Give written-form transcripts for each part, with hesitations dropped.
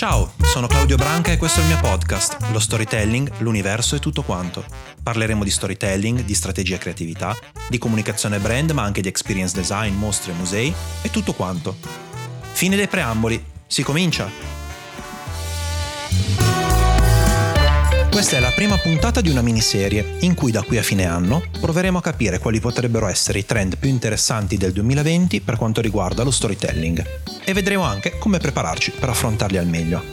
Ciao, sono Claudio Branca e questo è il mio podcast, lo storytelling, l'universo e tutto quanto. Parleremo di storytelling, di strategia e creatività, di comunicazione brand, ma anche di experience design, mostre, musei e tutto quanto. Fine dei preamboli, si comincia! Questa è la prima puntata di una miniserie in cui da qui a fine anno proveremo a capire quali potrebbero essere i trend più interessanti del 2020 per quanto riguarda lo storytelling e vedremo anche come prepararci per affrontarli al meglio.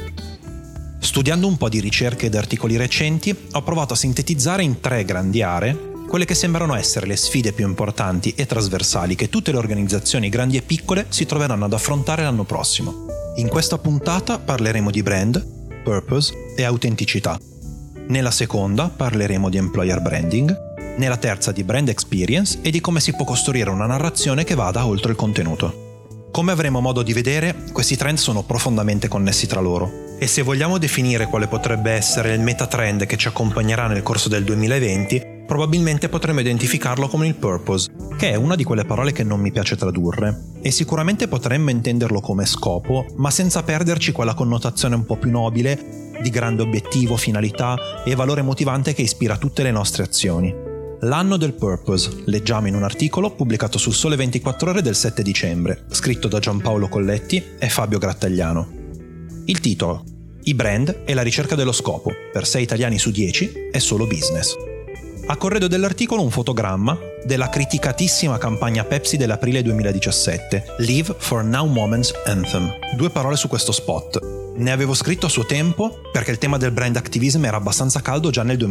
Studiando un po' di ricerche ed articoli recenti, ho provato a sintetizzare in 3 grandi aree quelle che sembrano essere le sfide più importanti e trasversali che tutte le organizzazioni grandi e piccole si troveranno ad affrontare l'anno prossimo. In questa puntata parleremo di brand, purpose e autenticità. Nella seconda parleremo di employer branding, nella terza di brand experience e di come si può costruire una narrazione che vada oltre il contenuto. Come avremo modo di vedere, questi trend sono profondamente connessi tra loro e se vogliamo definire quale potrebbe essere il metatrend che ci accompagnerà nel corso del 2020, probabilmente potremmo identificarlo come il purpose, che è una di quelle parole che non mi piace tradurre, e sicuramente potremmo intenderlo come scopo, ma senza perderci quella connotazione un po' più nobile di grande obiettivo, finalità e valore motivante che ispira tutte le nostre azioni. L'anno del purpose, leggiamo in un articolo pubblicato sul Sole 24 Ore del 7 dicembre, scritto da Giampaolo Colletti e Fabio Grattagliano. Il titolo: I brand e la ricerca dello scopo, per 6 italiani su 10 è solo business. A corredo dell'articolo un fotogramma della criticatissima campagna Pepsi dell'aprile 2017, Live for Now Moments Anthem. 2 parole su questo spot. Ne avevo scritto a suo tempo perché il tema del brand activism era abbastanza caldo già nel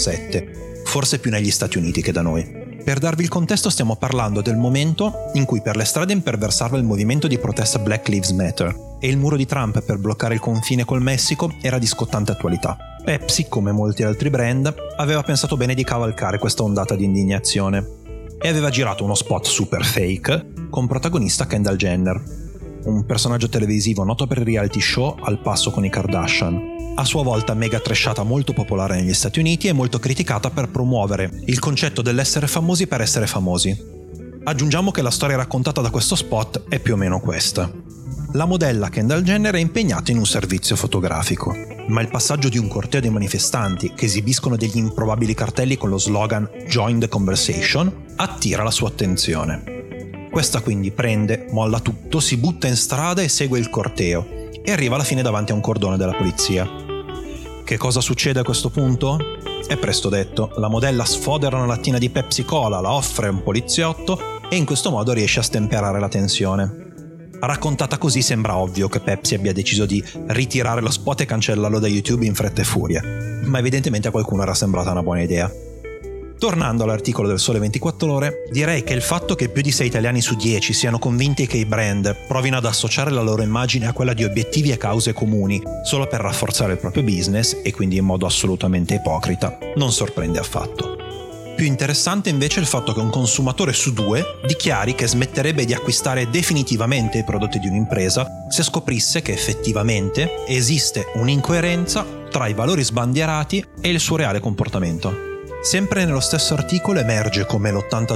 2017, forse più negli Stati Uniti che da noi. Per darvi il contesto stiamo parlando del momento in cui per le strade imperversava il movimento di protesta Black Lives Matter e il muro di Trump per bloccare il confine col Messico era di scottante attualità. Pepsi, come molti altri brand, aveva pensato bene di cavalcare questa ondata di indignazione e aveva girato uno spot super fake con protagonista Kendall Jenner, un personaggio televisivo noto per il reality show Al passo con i Kardashian, a sua volta mega trashata, molto popolare negli Stati Uniti e molto criticata per promuovere il concetto dell'essere famosi per essere famosi. Aggiungiamo che la storia raccontata da questo spot è più o meno questa. La modella Kendall Jenner è impegnata in un servizio fotografico, ma il passaggio di un corteo di manifestanti che esibiscono degli improbabili cartelli con lo slogan "Join the conversation" attira la sua attenzione. Questa quindi prende, molla tutto, si butta in strada e segue il corteo e arriva alla fine davanti a un cordone della polizia. Che cosa succede a questo punto? È presto detto, la modella sfodera una lattina di Pepsi Cola, la offre a un poliziotto e in questo modo riesce a stemperare la tensione. Raccontata così sembra ovvio che Pepsi abbia deciso di ritirare lo spot e cancellarlo da YouTube in fretta e furia, ma evidentemente a qualcuno era sembrata una buona idea. Tornando all'articolo del Sole 24 Ore, direi che il fatto che più di 6 italiani su 10 siano convinti che i brand provino ad associare la loro immagine a quella di obiettivi e cause comuni solo per rafforzare il proprio business, e quindi in modo assolutamente ipocrita, non sorprende affatto. Più interessante invece è il fatto che un consumatore su 2 dichiari che smetterebbe di acquistare definitivamente i prodotti di un'impresa se scoprisse che effettivamente esiste un'incoerenza tra i valori sbandierati e il suo reale comportamento. Sempre nello stesso articolo emerge come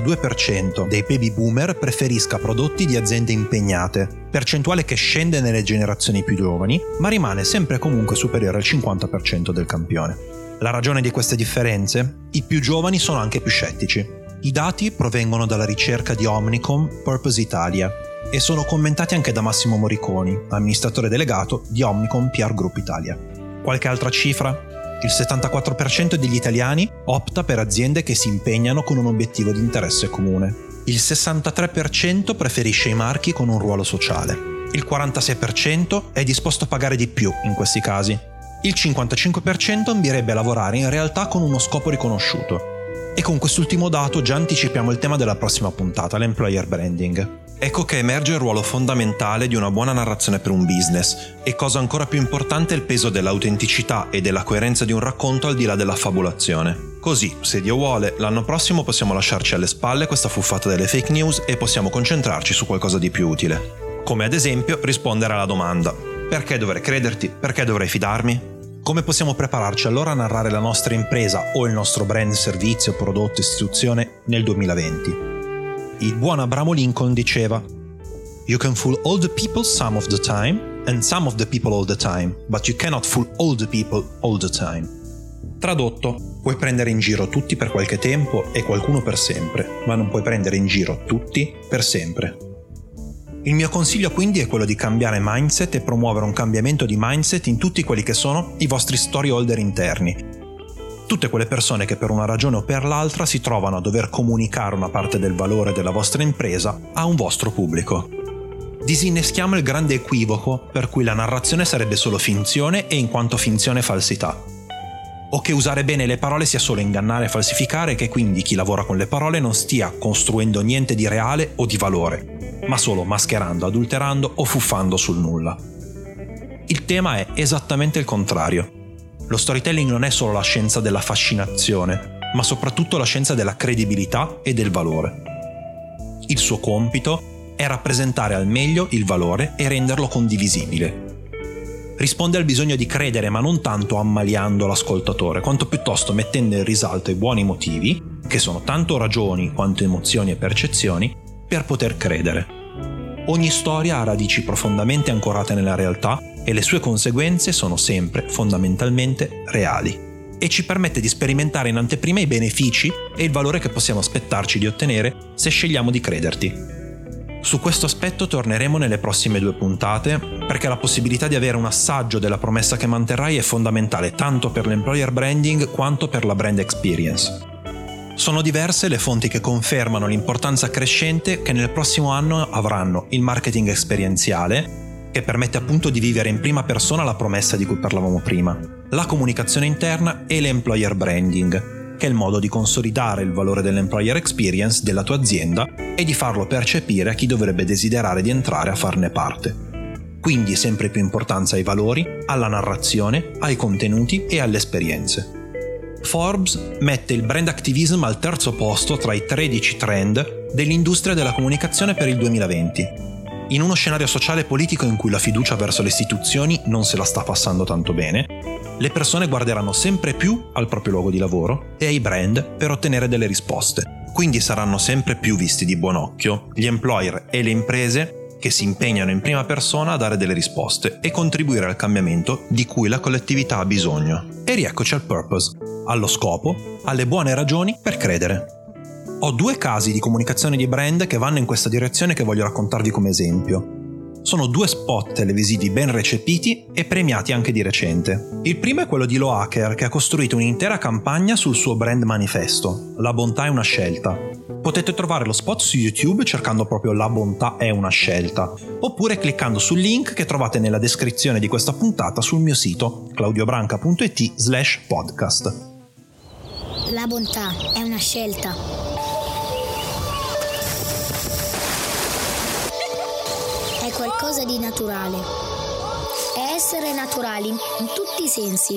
l'82% dei baby boomer preferisca prodotti di aziende impegnate, percentuale che scende nelle generazioni più giovani, ma rimane sempre comunque superiore al 50% del campione. La ragione di queste differenze? I più giovani sono anche più scettici. I dati provengono dalla ricerca di Omnicom Purpose Italia e sono commentati anche da Massimo Moriconi, amministratore delegato di Omnicom PR Group Italia. Qualche altra cifra? Il 74% degli italiani opta per aziende che si impegnano con un obiettivo di interesse comune. Il 63% preferisce i marchi con un ruolo sociale. Il 46% è disposto a pagare di più in questi casi. Il 55% ambirebbe a lavorare in realtà con uno scopo riconosciuto. E con quest'ultimo dato già anticipiamo il tema della prossima puntata, l'employer branding. Ecco che emerge il ruolo fondamentale di una buona narrazione per un business e, cosa ancora più importante, il peso dell'autenticità e della coerenza di un racconto al di là della fabulazione. Così, se Dio vuole, l'anno prossimo possiamo lasciarci alle spalle questa fuffata delle fake news e possiamo concentrarci su qualcosa di più utile. Come ad esempio rispondere alla domanda: perché dovrei crederti? Perché dovrei fidarmi? Come possiamo prepararci allora a narrare la nostra impresa o il nostro brand, servizio, prodotto, istituzione nel 2020? Il buon Abramo Lincoln diceva: You can fool all the people some of the time, and some of the people all the time, but you cannot fool all the people all the time. Tradotto, puoi prendere in giro tutti per qualche tempo e qualcuno per sempre, ma non puoi prendere in giro tutti per sempre. Il mio consiglio quindi è quello di cambiare mindset e promuovere un cambiamento di mindset in tutti quelli che sono i vostri storyholder interni. Tutte quelle persone che per una ragione o per l'altra si trovano a dover comunicare una parte del valore della vostra impresa a un vostro pubblico. Disinneschiamo il grande equivoco per cui la narrazione sarebbe solo finzione e in quanto finzione falsità. O che usare bene le parole sia solo ingannare e falsificare e che quindi chi lavora con le parole non stia costruendo niente di reale o di valore, ma solo mascherando, adulterando o fuffando sul nulla. Il tema è esattamente il contrario. Lo storytelling non è solo la scienza della fascinazione, ma soprattutto la scienza della credibilità e del valore. Il suo compito è rappresentare al meglio il valore e renderlo condivisibile. Risponde al bisogno di credere, ma non tanto ammaliando l'ascoltatore, quanto piuttosto mettendo in risalto i buoni motivi, che sono tanto ragioni quanto emozioni e percezioni, per poter credere. Ogni storia ha radici profondamente ancorate nella realtà e le sue conseguenze sono sempre fondamentalmente reali e ci permette di sperimentare in anteprima i benefici e il valore che possiamo aspettarci di ottenere se scegliamo di crederti. Su questo aspetto torneremo nelle prossime 2 puntate, perché la possibilità di avere un assaggio della promessa che manterrai è fondamentale tanto per l'employer branding quanto per la brand experience. Sono diverse le fonti che confermano l'importanza crescente che nel prossimo anno avranno il marketing esperienziale, che permette appunto di vivere in prima persona la promessa di cui parlavamo prima, la comunicazione interna e l'employer branding, che è il modo di consolidare il valore dell'employer experience della tua azienda e di farlo percepire a chi dovrebbe desiderare di entrare a farne parte. Quindi sempre più importanza ai valori, alla narrazione, ai contenuti e alle esperienze. Forbes mette il brand activism al 3° posto tra i 13 trend dell'industria della comunicazione per il 2020. In uno scenario sociale e politico in cui la fiducia verso le istituzioni non se la sta passando tanto bene, le persone guarderanno sempre più al proprio luogo di lavoro e ai brand per ottenere delle risposte. Quindi saranno sempre più visti di buon occhio gli employer e le imprese che si impegnano in prima persona a dare delle risposte e contribuire al cambiamento di cui la collettività ha bisogno. E rieccoci al purpose, allo scopo, alle buone ragioni per credere. Ho 2 casi di comunicazione di brand che vanno in questa direzione che voglio raccontarvi come esempio. Sono 2 spot televisivi ben recepiti e premiati anche di recente. Il primo è quello di Loacker, che ha costruito un'intera campagna sul suo brand manifesto, La bontà è una scelta. Potete trovare lo spot su YouTube cercando proprio La bontà è una scelta, oppure cliccando sul link che trovate nella descrizione di questa puntata sul mio sito claudiobranca.it/podcast. La bontà è una scelta. È qualcosa di naturale. È essere naturali in tutti i sensi.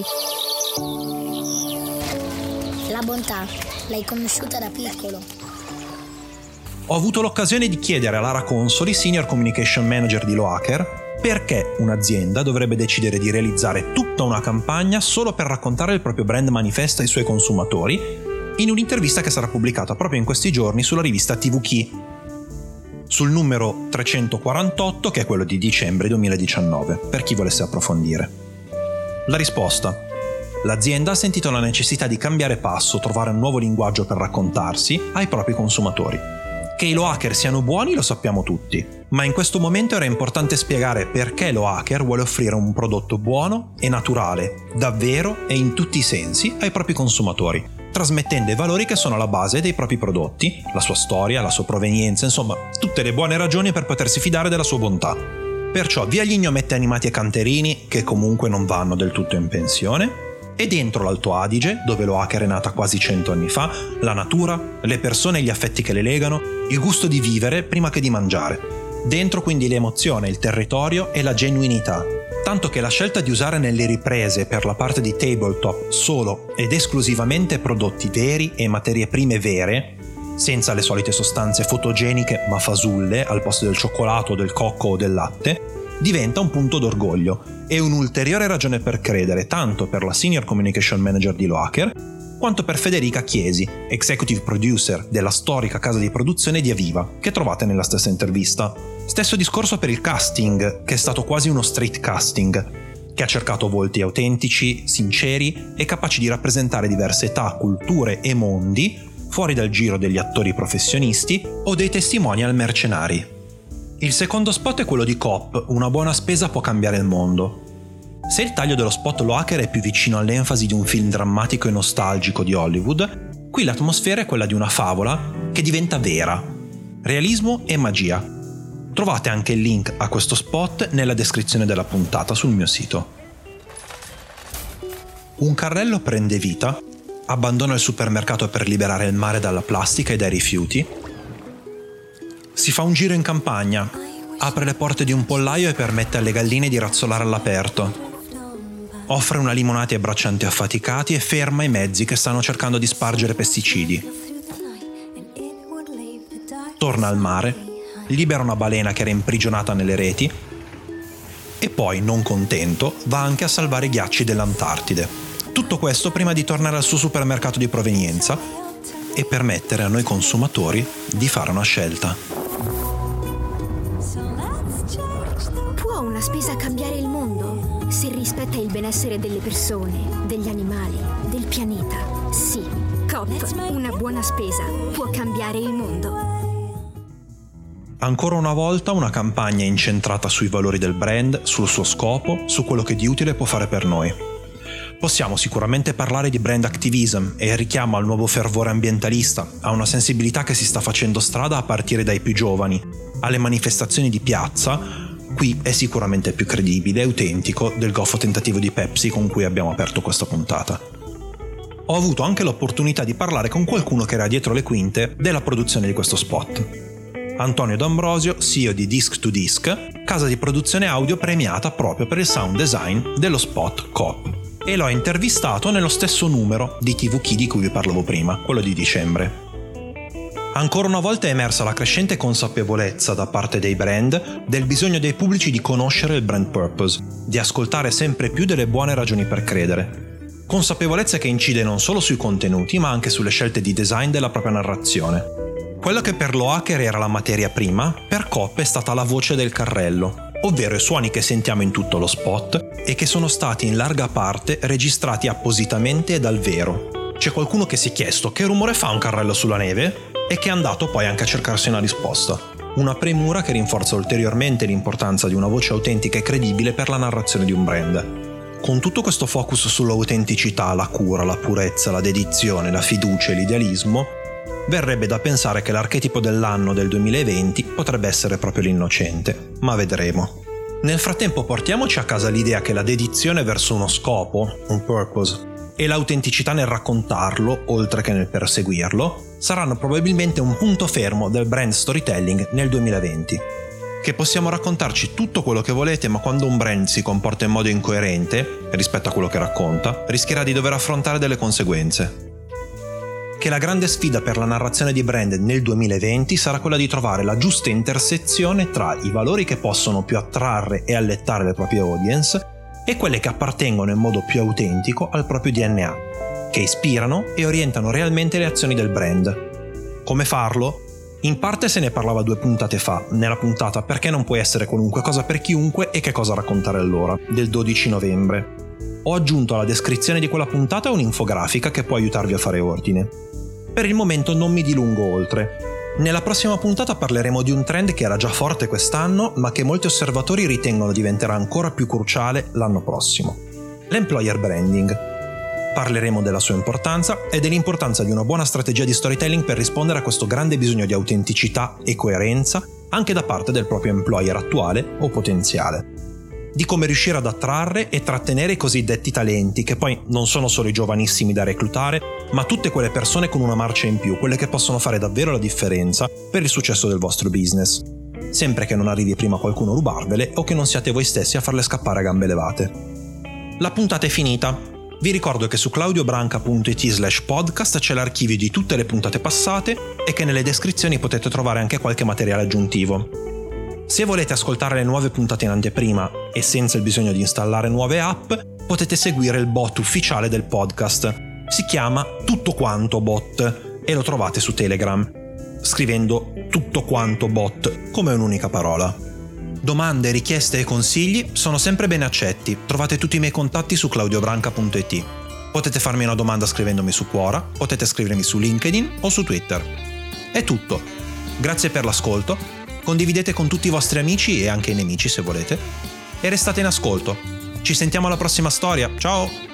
La bontà l'hai conosciuta da piccolo. Ho avuto l'occasione di chiedere a Lara Consoli, Senior Communication Manager di Loacker, perché un'azienda dovrebbe decidere di realizzare tutta una campagna solo per raccontare il proprio brand manifesto ai suoi consumatori, in un'intervista che sarà pubblicata proprio in questi giorni sulla rivista TV Key, sul numero 348, che è quello di dicembre 2019, per chi volesse approfondire. La risposta: l'azienda ha sentito la necessità di cambiare passo, trovare un nuovo linguaggio per raccontarsi ai propri consumatori. Che i Loacker siano buoni lo sappiamo tutti, ma in questo momento era importante spiegare perché Loacker vuole offrire un prodotto buono e naturale, davvero e in tutti i sensi, ai propri consumatori, trasmettendo i valori che sono alla base dei propri prodotti, la sua storia, la sua provenienza, insomma, tutte le buone ragioni per potersi fidare della sua bontà. Perciò via gli gnometti animati e canterini, che comunque non vanno del tutto in pensione, e dentro l'Alto Adige, dove Loacker è nata quasi 100 anni fa, la natura, le persone e gli affetti che le legano, il gusto di vivere prima che di mangiare. Dentro quindi l'emozione, il territorio e la genuinità. Tanto che la scelta di usare nelle riprese per la parte di tabletop solo ed esclusivamente prodotti veri e materie prime vere, senza le solite sostanze fotogeniche ma fasulle al posto del cioccolato, del cocco o del latte, diventa un punto d'orgoglio e un'ulteriore ragione per credere tanto per la Senior Communication Manager di Loacker quanto per Federica Chiesi, Executive Producer della storica casa di produzione di Aviva, che trovate nella stessa intervista. Stesso discorso per il casting, che è stato quasi uno street casting, che ha cercato volti autentici, sinceri e capaci di rappresentare diverse età, culture e mondi, fuori dal giro degli attori professionisti o dei testimonial mercenari. Il secondo spot è quello di Cop, una buona spesa può cambiare il mondo. Se il taglio dello spot Lo Hacker è più vicino all'enfasi di un film drammatico e nostalgico di Hollywood, qui l'atmosfera è quella di una favola che diventa vera. Realismo e magia. Trovate anche il link a questo spot nella descrizione della puntata sul mio sito. Un carrello prende vita, abbandona il supermercato per liberare il mare dalla plastica e dai rifiuti, si fa un giro in campagna, apre le porte di un pollaio e permette alle galline di razzolare all'aperto, offre una limonata ai braccianti affaticati e ferma i mezzi che stanno cercando di spargere pesticidi. Torna al mare, libera una balena che era imprigionata nelle reti e poi, non contento, va anche a salvare i ghiacci dell'Antartide. Tutto questo prima di tornare al suo supermercato di provenienza e permettere a noi consumatori di fare una scelta. Può una spesa cambiare il mondo? Se rispetta il benessere delle persone, degli animali, del pianeta. Sì, Coop, una buona spesa può cambiare il mondo. Ancora una volta una campagna incentrata sui valori del brand, sul suo scopo, su quello che di utile può fare per noi. Possiamo sicuramente parlare di brand activism e il richiamo al nuovo fervore ambientalista, a una sensibilità che si sta facendo strada a partire dai più giovani, alle manifestazioni di piazza. Qui è sicuramente più credibile e autentico del goffo tentativo di Pepsi con cui abbiamo aperto questa puntata. Ho avuto anche l'opportunità di parlare con qualcuno che era dietro le quinte della produzione di questo spot. Antonio D'Ambrosio, CEO di Disc to Disc, casa di produzione audio premiata proprio per il sound design dello spot Coop. E l'ho intervistato nello stesso numero di TVK di cui vi parlavo prima, quello di dicembre. Ancora una volta è emersa la crescente consapevolezza da parte dei brand del bisogno dei pubblici di conoscere il brand purpose, di ascoltare sempre più delle buone ragioni per credere. Consapevolezza che incide non solo sui contenuti, ma anche sulle scelte di design della propria narrazione. Quello che per Lo Hacker era la materia prima, per Coop è stata la voce del carrello, ovvero i suoni che sentiamo in tutto lo spot e che sono stati in larga parte registrati appositamente e dal vero. C'è qualcuno che si è chiesto che rumore fa un carrello sulla neve e che è andato poi anche a cercarsi una risposta. Una premura che rinforza ulteriormente l'importanza di una voce autentica e credibile per la narrazione di un brand. Con tutto questo focus sull'autenticità, la cura, la purezza, la dedizione, la fiducia e l'idealismo, verrebbe da pensare che l'archetipo dell'anno del 2020 potrebbe essere proprio l'innocente, ma vedremo. Nel frattempo portiamoci a casa l'idea che la dedizione verso uno scopo, un purpose, e l'autenticità nel raccontarlo, oltre che nel perseguirlo, saranno probabilmente un punto fermo del brand storytelling nel 2020. Che possiamo raccontarci tutto quello che volete, ma quando un brand si comporta in modo incoerente rispetto a quello che racconta, rischierà di dover affrontare delle conseguenze. Che la grande sfida per la narrazione di brand nel 2020 sarà quella di trovare la giusta intersezione tra i valori che possono più attrarre e allettare le proprie audience e quelle che appartengono in modo più autentico al proprio DNA, che ispirano e orientano realmente le azioni del brand. Come farlo? In parte se ne parlava 2 puntate fa, nella puntata Perché non puoi essere qualunque cosa per chiunque e che cosa raccontare allora, del 12 novembre. Ho aggiunto alla descrizione di quella puntata un'infografica che può aiutarvi a fare ordine. Per il momento non mi dilungo oltre. Nella prossima puntata parleremo di un trend che era già forte quest'anno, ma che molti osservatori ritengono diventerà ancora più cruciale l'anno prossimo. L'employer branding. Parleremo della sua importanza e dell'importanza di una buona strategia di storytelling per rispondere a questo grande bisogno di autenticità e coerenza anche da parte del proprio employer attuale o potenziale. Di come riuscire ad attrarre e trattenere i cosiddetti talenti, che poi non sono solo i giovanissimi da reclutare, ma tutte quelle persone con una marcia in più, quelle che possono fare davvero la differenza per il successo del vostro business. Sempre che non arrivi prima qualcuno a rubarvele o che non siate voi stessi a farle scappare a gambe levate. La puntata è finita. Vi ricordo che su claudiobranca.it/podcast c'è l'archivio di tutte le puntate passate e che nelle descrizioni potete trovare anche qualche materiale aggiuntivo. Se volete ascoltare le nuove puntate in anteprima e senza il bisogno di installare nuove app, potete seguire il bot ufficiale del podcast. Si chiama Tutto Quanto Bot e lo trovate su Telegram, scrivendo tutto quanto bot, come un'unica parola. Domande, richieste e consigli sono sempre ben accetti. Trovate tutti i miei contatti su claudiobranca.it. Potete farmi una domanda scrivendomi su Quora, potete scrivermi su LinkedIn o su Twitter. È tutto. Grazie per l'ascolto, condividete con tutti i vostri amici e anche i nemici se volete, e restate in ascolto. Ci sentiamo alla prossima storia, ciao!